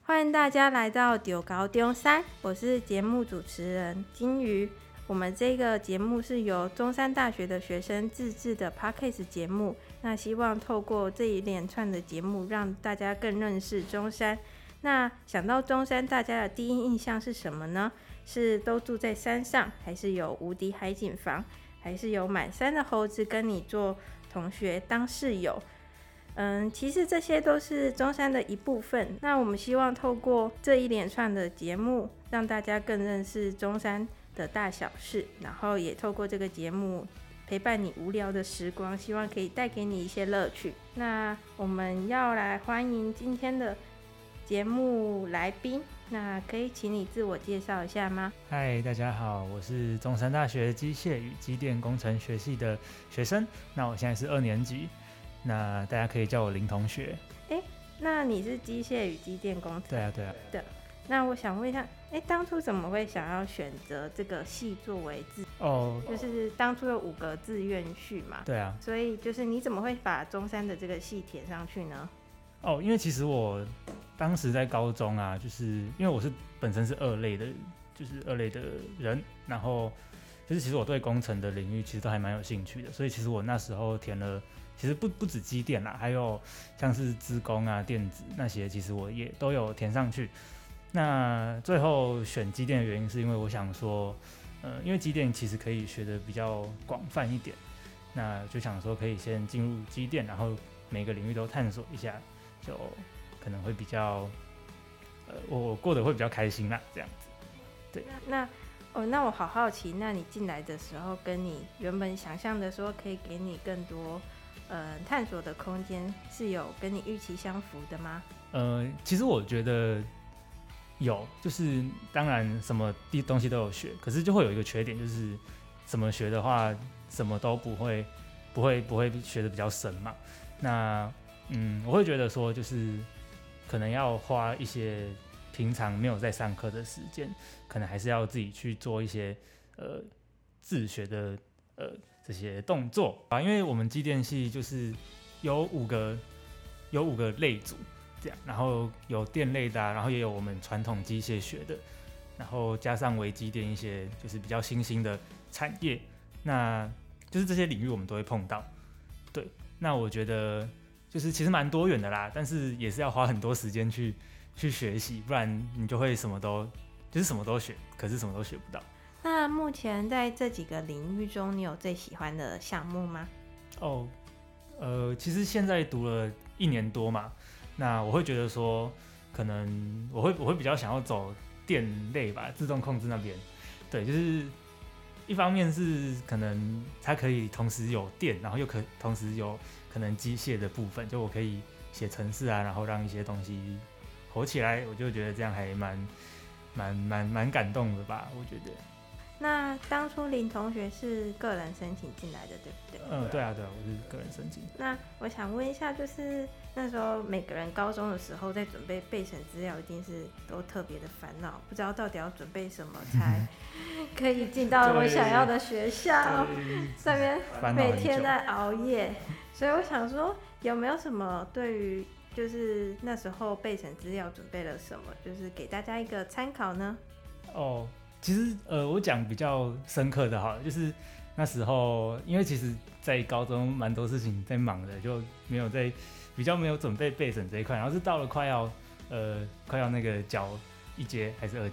欢迎大家来到丢高丢山，我是节目主持人金鱼。我们这个节目是由中山大学的学生自制的 Podcast 节目，那希望透过这一连串的节目，让大家更认识中山。那想到中山，大家的第一印象是什么呢？是都住在山上，还是有无敌海景房，还是有满山的猴子跟你做同学当室友？其实这些都是中山的一部分。那我们希望透过这一连串的节目，让大家更认识中山的大小事，然后也透过这个节目陪伴你无聊的时光，希望可以带给你一些乐趣。那我们要来欢迎今天的节目来宾，那可以请你自我介绍一下吗？ 嗨，大家好，我是中山大学机械与机电工程学系的学生，那我现在是2年级，那大家可以叫我林同学。 那你是机械与机电工程？ 对啊。 那我想问一下，当初怎么会想要选择这个系作为就是当初有5个志愿序嘛？ 对啊。 所以就是你怎么会把中山的这个系填上去呢？ 因为其实我当时在高中啊，就是因为我是本身是二类的人，然后就是其实我对工程的领域其实都还蛮有兴趣的，所以其实我那时候填了，其实不止机电啦，还有像是资工啊、电子那些，其实我也都有填上去。那最后选机电的原因是因为我想说，因为机电其实可以学的比较广泛一点，那就想说可以先进入机电，然后每个领域都探索一下，就可能会比较，我过得会比较开心啦，这样子。对。 那我好好奇，那你进来的时候，跟你原本想象的说可以给你更多探索的空间，是有跟你预期相符的吗？ 其实我觉得有，就是当然什么东西都有学，可是就会有一个缺点，就是什么学的话，什么都不会学的比较深嘛。那我会觉得说，就是可能要花一些平常没有在上课的时间，可能还是要自己去做一些自学的这些动作啊。因为我们机电系就是有5个类组这样，然后有电类的然后也有我们传统机械学的，然后加上微机电一些就是比较新兴的产业，那就是这些领域我们都会碰到。对，那我觉得就是其实蛮多元的啦，但是也是要花很多时间去学习，不然你就会什么都学，可是什么都学不到。 那目前在这几个领域中，你有最喜欢的项目吗？ 其实现在读了1年多嘛，那我会觉得说，可能我会比较想要走电类吧，自动控制那边。对，就是一方面是可能它可以同时有电，然后又同时有可能机械的部分，就我可以写程式啊，然后让一些东西活起来，我就觉得这样还蛮感动的吧，我觉得。 那当初林同学是个人申请进来的，对不对？ 对啊，我是个人申请。 那我想问一下，就是那时候每个人高中的时候在准备备审资料，一定是都特别的烦恼，不知道到底要准备什么才可以进到我想要的学校，这边每天在熬夜。所以我想说，有没有什么对于就是那时候备审资料准备了什么，就是给大家一个参考呢？ 其实我讲比较深刻的好了，就是那时候因为其实在高中蛮多事情在忙的，就比较没有准备备审这一块，然后是到了快要那个缴1阶还是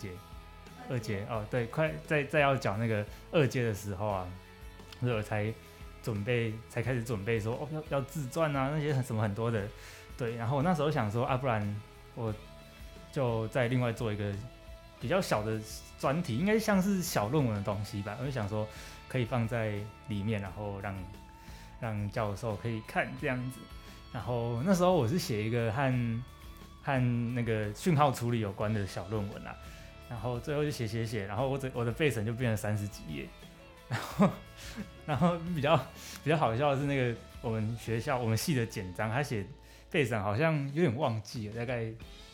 2阶对，快再要缴那个2阶的时候啊，所以我才开始准备说要自传啊，那些什么很多的。对，然后我那时候想说不然我就再另外做一个比较小的专题，应该像是小论文的东西吧，我就想说可以放在里面，然后让教授可以看这样子。然后那时候我是写一个和那个讯号处理有关的小论文啦，然后最后就写，然后我的备审就变成30几页，然后比较好笑的是那个我们系的简章，他写备审好像有点忘记了，大概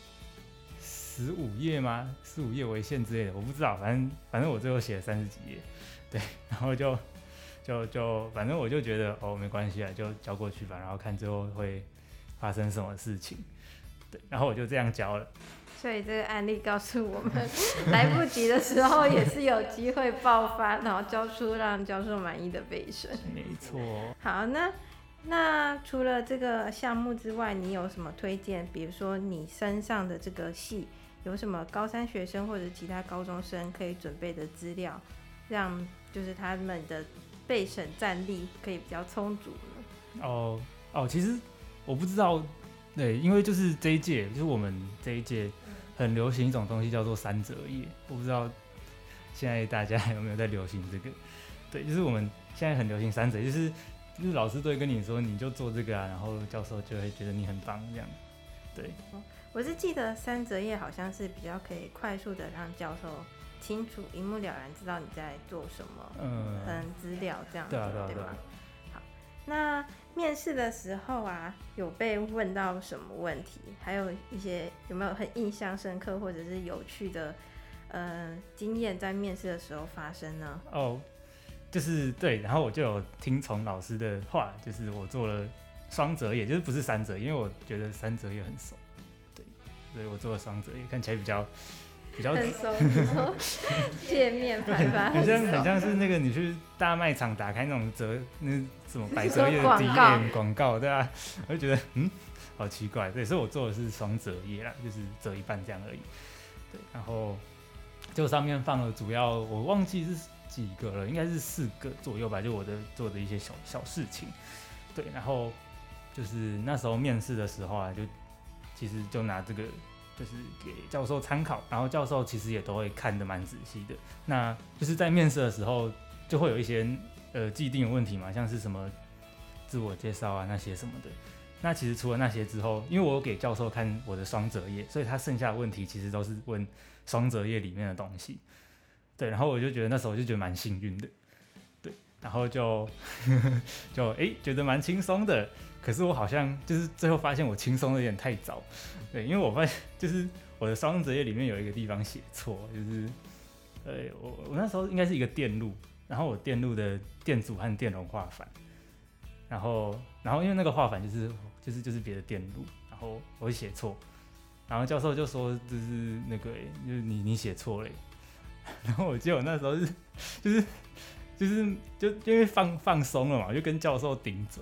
15页吗？15页为限之类的，我不知道，反正我最后写了30几页，对，然后就反正我就觉得没关系啊，就交过去吧，然后看最后会发生什么事情，对，然后我就这样交了。 所以这个案例告诉我们，来不及的时候也是有机会爆发，然后交出让教授满意的备审。 没错。 好，那除了这个项目之外，你有什么推荐？比如说你身上的这个系有什么高三学生或者其他高中生可以准备的资料，让就是他们的备审战力可以比较充足呢？ 其实我不知道，对，因为就是这一届，就是我们这一届很流行一种东西叫做三折页，我不知道现在大家有没有在流行这个？对，就是我们现在很流行三折页，就是老师都会跟你说你就做这个啊，然后教授就会觉得你很棒这样。对， 我是记得三折页好像是比较可以快速的让教授清楚一目了然知道你在做什么，资料这样子，对吗？好，那面试的时候啊，有被问到什么问题？还有一些有没有很印象深刻或者是有趣的经验在面试的时候发生呢？ 就是对，然后我就有听从老师的话，就是我做了双折页，就是不是三折页，因为我觉得三折页很熟，对，所以我做了双折页，看起来比较很熟，界面排版很像是那个你去大卖场打开那种那什么百折页的 DM 广告，对啊，我就觉得好奇怪，对，所以我做的是双折页啦，就是折一半这样而已，对，然后就上面放了主要我忘记是几个了，应该是4个左右吧，就我做的一些小事情，对，然后就是那时候面试的时候啊，就其实就拿这个就是给教授参考，然后教授其实也都会看得蛮仔细的。那就是在面试的时候就会有一些既定的问题嘛，像是什么自我介绍啊那些什么的。那其实除了那些之后，因为我有给教授看我的双折页，所以他剩下的问题其实都是问双折页里面的东西。对，然后我就觉得那时候就觉得蛮幸运的，对，然后就觉得蛮轻松的。可是我好像就是最后发现我轻松的有点太早，对，因为我发现就是我的双折页里面有一个地方写错，就是我那时候应该是一个电路，然后我电路的电阻和电容画反，然后因为那个画反就是别的电路，然后我会写错，然后教授就说就是那个就是你写错了，然后我记得我那时候就因为放松了嘛，我就跟教授顶嘴。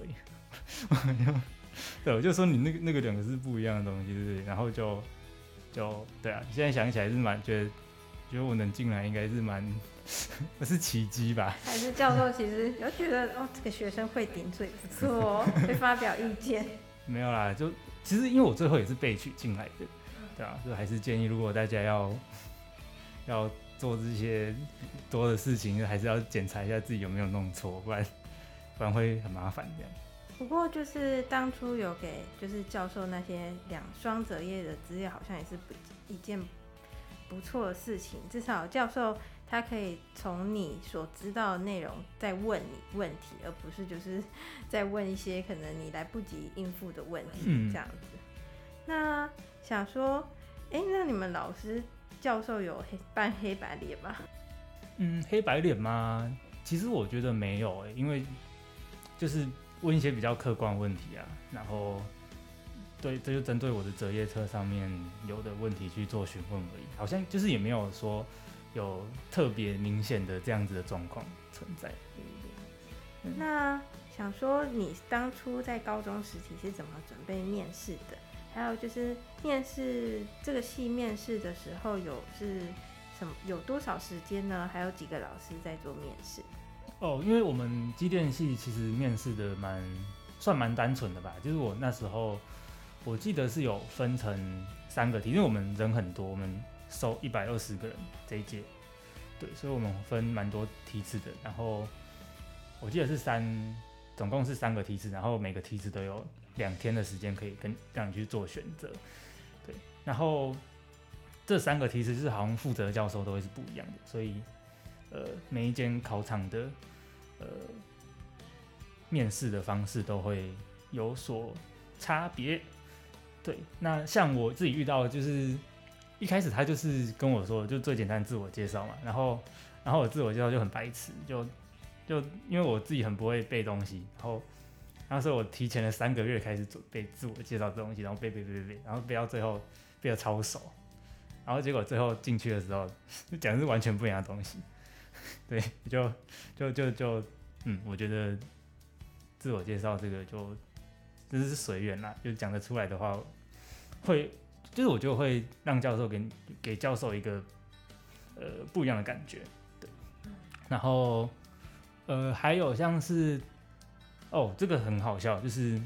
对，我就说你那个2个是不一样的东西，对不对？然后就对啊，现在想起来是蛮觉得我能进来应该是蛮不是奇迹吧？ 还是教授其实有觉得这个学生会顶嘴不错哦，会发表意见？ 没有啦，就其实因为我最后也是被取进来的，对啊，就还是建议如果大家要做这些多的事情，还是要检查一下自己有没有弄错，不然会很麻烦这样。 不过就是当初有给就是教授那些双折页的资料，好像也是一件不错的事情。至少教授他可以从你所知道的内容再问你问题，而不是就是再问一些可能你来不及应付的问题这样子。那想说，那你们老师教授有扮黑白脸吗？ 黑白脸吗？其实我觉得没有因为就是问一些比较客观的问题啊，然后对，这就针对我的折页册上面有的问题去做询问而已，好像就是也没有说有特别明显的这样子的状况存在。 那想说你当初在高中时期是怎么准备面试的？还有就是面试这个系面试的时候有多少时间呢？还有几个老师在做面试？ 因为我们机电系其实面试的算蛮单纯的吧，就是我那时候我记得是有分成3个题，因为我们人很多，我们收120个人这一届，对，所以我们分蛮多梯次的。然后我记得是总共是3个梯次，然后每个梯次都有2天的时间可以让你去做选择，对。然后这3个梯次就是好像负责的教授都会是不一样的，所以每一间考场的面试的方式都会有所差别。对，那像我自己遇到的就是一开始他就是跟我说就最简单的自我介绍嘛，然后我自我介绍就很白痴，就因为我自己很不会背东西，然后所以我提前了3个月开始准备自我介绍这东西，然后背，然后背到最后背得超熟， 然后结果最后进去的时候，讲的是完全不一样的东西。对，我觉得自我介绍这个就是随缘啦，就讲得出来的话，就是我就会让教授给教授一个不一样的感觉，对。然后还有像是这个很好笑，就是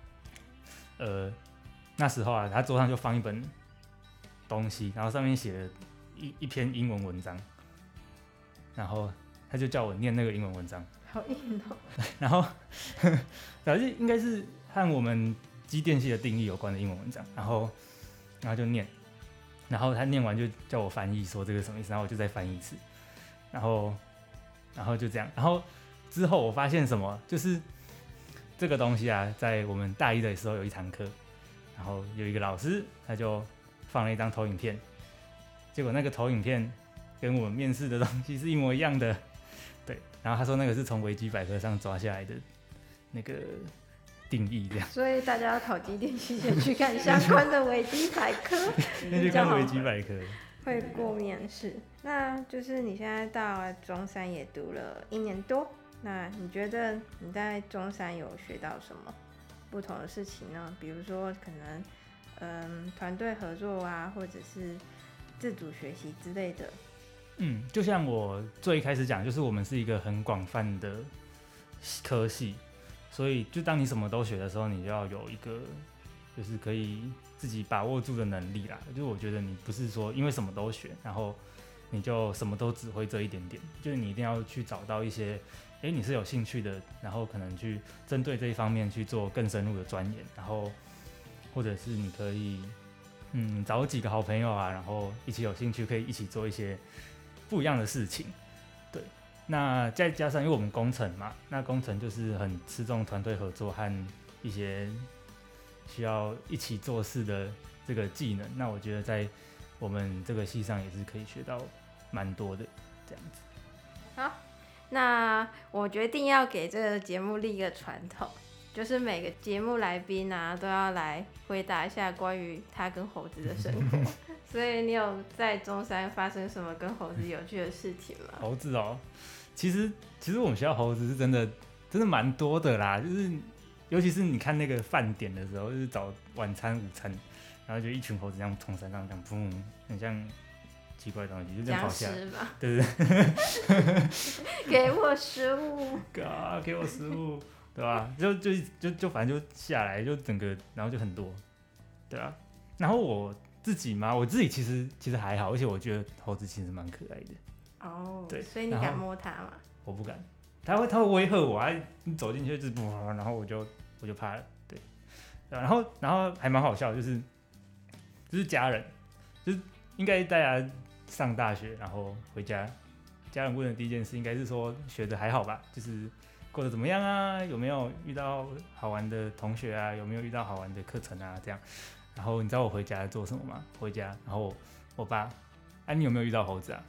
那时候啊，他桌上就放一本东西，然后上面写了一篇英文文章，然后他就叫我念那个英文文章， 好硬哦。 然后应该是和我们机电系的定义有关的英文文章，然后就念，然后他念完就叫我翻译，说这个什么意思，然后我就再翻译一次，然后就这样，然后之后我发现什么，就是这个东西啊，在我们大一的时候有一堂课，然后有一个老师他就放了一张投影片，结果那个投影片跟我们面试的东西是一模一样的，对，然后他说那个是从维基百科上抓下来的那个定义，这样。 所以大家要考机电系先去看相关的维基百科， 先去看维基百科， 会过面试。那就是你现在到中山也读了1年多，那你觉得你在中山有学到什么不同的事情呢？比如说可能团队合作啊，或者是自主学习之类的。 就像我最一开始讲，就是我们是一个很广泛的科系，所以就当你什么都学的时候，你就要有一个就是可以自己把握住的能力啦。就是我觉得你不是说因为什么都学，然后你就什么都只会这一点点，就是你一定要去找到一些你是有兴趣的，然后可能去针对这一方面去做更深入的钻研，然后或者是你可以找几个好朋友啊，然后一起有兴趣可以一起做一些不一样的事情，对。那再加上因为我们工程嘛，那工程就是很吃重团队合作和一些需要一起做事的这个技能，那我觉得在我们这个系上也是可以学到蛮多的这样子。 好，那我决定要给这个节目立一个传统，就是每个节目来宾啊都要来回答一下关于他跟猴子的生活。所以你有在中山发生什么跟猴子有趣的事情吗？ 猴子哦，其实我们学校猴子是真的蛮多的啦，就是尤其是你看那个饭点的时候，就是早晚餐、午餐，然后就一群猴子这样从山上这样砰，很像奇怪的东西，就这样跑下来，对不对？ 给我食物， 给我食物，对吧？就反正就下来，就整个，然后就很多，对啊。然后我自己其实还好，而且我觉得猴子其实蛮可爱的。 哦， 对， 所以你敢摸它吗？ 我不敢，它会威吓我，你走进去就然后我就怕了，对。然后还蛮好笑，就是家人，就是应该大家上大学然后回家，家人问的第一件事应该是说学得还好吧，就是过得怎么样啊，有没有遇到好玩的同学啊，有没有遇到好玩的课程啊这样。然后你知道我回家做什么吗？回家，然后我爸，你有没有遇到猴子啊？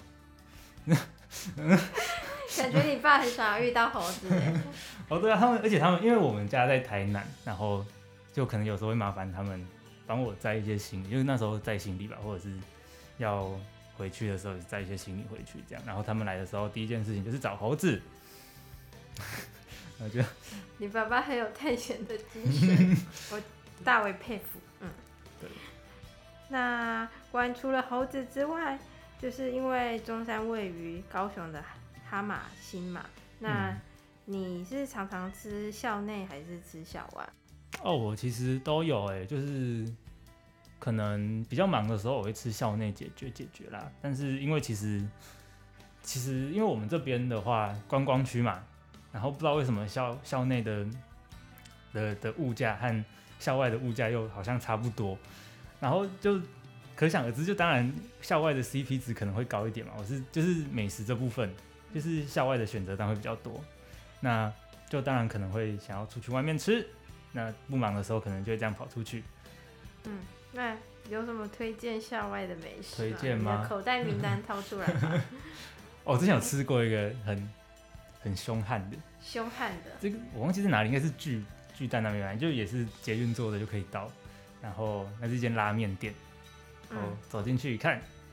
感觉你爸很想要遇到猴子耶。 对啊，而且他们因为我们家在台南，然后就可能有时候会麻烦他们帮我载一些行李，因为那时候载行李吧，或者是要回去的时候载一些行李回去这样。然后他们来的时候，第一件事情就是找猴子。我觉得你爸爸很有探险的精神，我大为佩服。 对。 那除了猴子之外，就是因为中山位于高雄的哈马星嘛，那你是常常吃校内还是吃校外？ 我其实都有就是可能比较忙的时候我会吃校内解决啦，但是因为其实因为我们这边的话观光区嘛，然后不知道为什么校内的物价和校外的物价又好像差不多，然后就可想而知，就当然校外的 CP 值可能会高一点嘛。就是美食这部分，就是校外的选择当然会比较多，那就当然可能会想要出去外面吃。那不忙的时候可能就会这样跑出去。 那有什么推荐校外的美食？ 推荐吗？ 你的口袋名单掏出来吧。 之前有吃过一个很凶悍的，这个我忘记是哪里，应该是巨蛋那边，就也是捷运坐的就可以到。然后那是一间拉面店，走进去一看，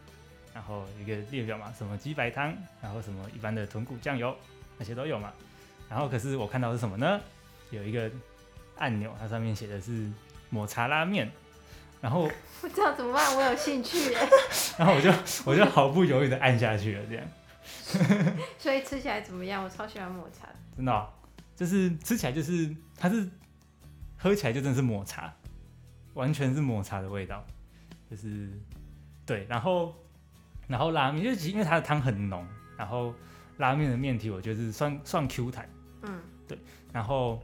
然后一个列表嘛，什么鸡白汤，然后什么一般的豚骨酱油那些都有嘛。然后可是我看到的是什么呢？有一个按钮，它上面写的是抹茶拉面，然后不知道怎么办，我有兴趣耶。 然后我就毫不犹豫的按下去了，这样。 所以吃起来怎么样？我超喜欢抹茶的。 真的哦，就是吃起来就是它是喝起来就真的是抹茶，完全是抹茶的味道，就是对。然后拉面就是因为它的汤很浓，然后拉面的面体我觉得是算 Q 弹，对。然后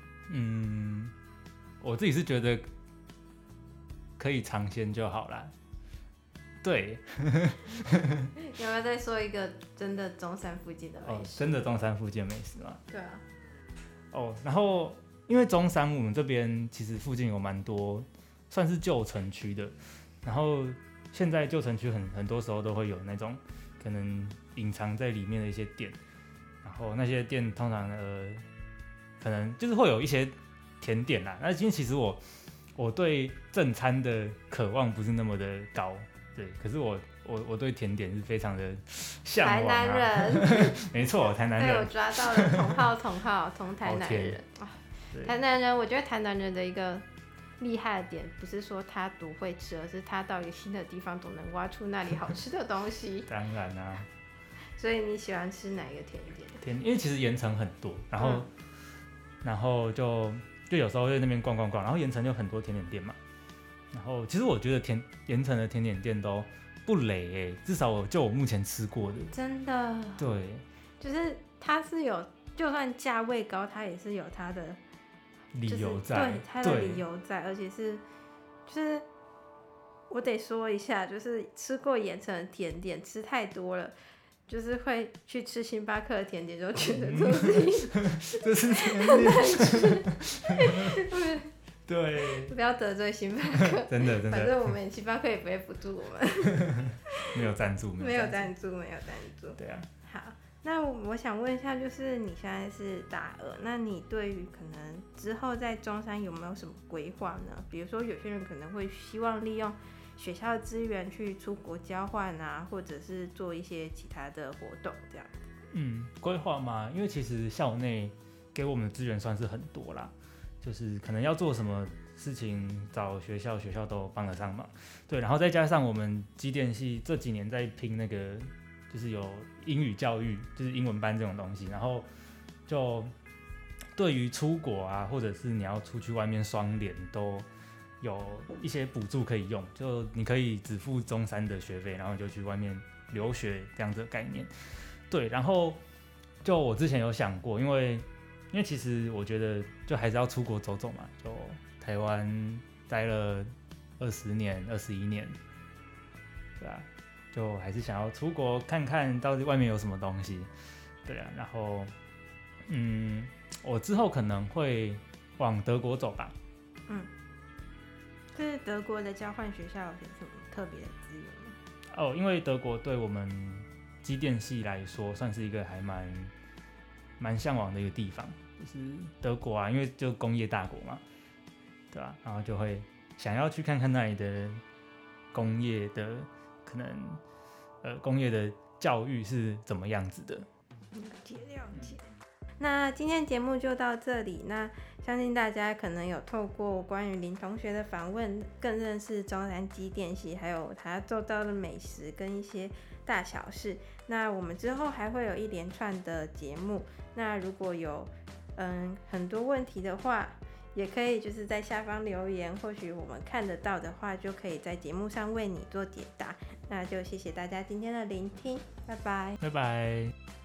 我自己是觉得可以尝鲜就好啦。对， 有没有再说一个真的中山附近的美食？ 真的中山附近的美食吗？ 对啊。 然后因为中山我们这边其实附近有蛮多算是旧城区的，然后现在旧城区很多时候都会有那种可能隐藏在里面的一些店，然后那些店通常可能就是会有一些甜点啦。那其实我对正餐的渴望不是那么的高。对，可是我对甜点是非常的向往啊。 台南人， 没错，台南人。 被我抓到了，同台南人。台南人，我觉得台南人的一个厉害的点，不是说他独会吃，而是他到一个新的地方都能挖出那里好吃的东西。 当然啊。 所以你喜欢吃哪一个甜点？ 因为其实盐城很多，然后就有时候在那边逛，然后盐城有很多甜点店嘛。然后其实我觉得盐城的甜点店都不雷欸，至少我目前吃过的。 真的。 对。 就是它是有，就算价位高，它也是有它的理由在。 对，它的理由在，而且就是我得说一下，就是吃过盐城的甜点，吃太多了。就是会去吃星巴克的甜点，就觉得这是甜点。对， 不要得罪星巴克， 真的， 反正我们星巴克也不会补助我们。 没有赞助。 没有赞助。 对啊。 好，那我想问一下，就是你现在是大二，那你对于可能之后在中山有没有什么规划呢？比如说有些人可能会希望利用学校的资源去出国交换啊，或者是做一些其他的活动这样。 规划嘛，因为其实校内给我们的资源算是很多啦。就是可能要做什么事情找学校都帮得上忙。对，然后再加上我们机电系这几年在拼那个就是有英语教育，就是英文班这种东西，然后就对于出国啊，或者是你要出去外面双联都有一些补助可以用，就你可以只付中山的学费，然后就去外面留学这样子的概念。对，然后就我之前有想过，因为其实我觉得就还是要出国走走嘛，就台湾待了20年、21年，对啊，就还是想要出国看看到底外面有什么东西，对啊，然后我之后可能会往德国走吧。 就是德国的交换学校有什么特别的资源吗？ 因为德国对我们机电系来说算是一个还蛮向往的一个地方，就是德国啊，因为就工业大国嘛，对吧？然后就会想要去看看那里的工业的可能工业的教育是怎么样子的。 了解。那今天节目就到这里，那相信大家可能有透过关于林同学的访问，更认识中山机电系，还有他做到的美食跟一些大小事。那我们之后还会有一连串的节目，那如果有很多问题的话，也可以就是在下方留言，或许我们看得到的话，就可以在节目上为你做解答。那就谢谢大家今天的聆听，拜拜。 拜拜。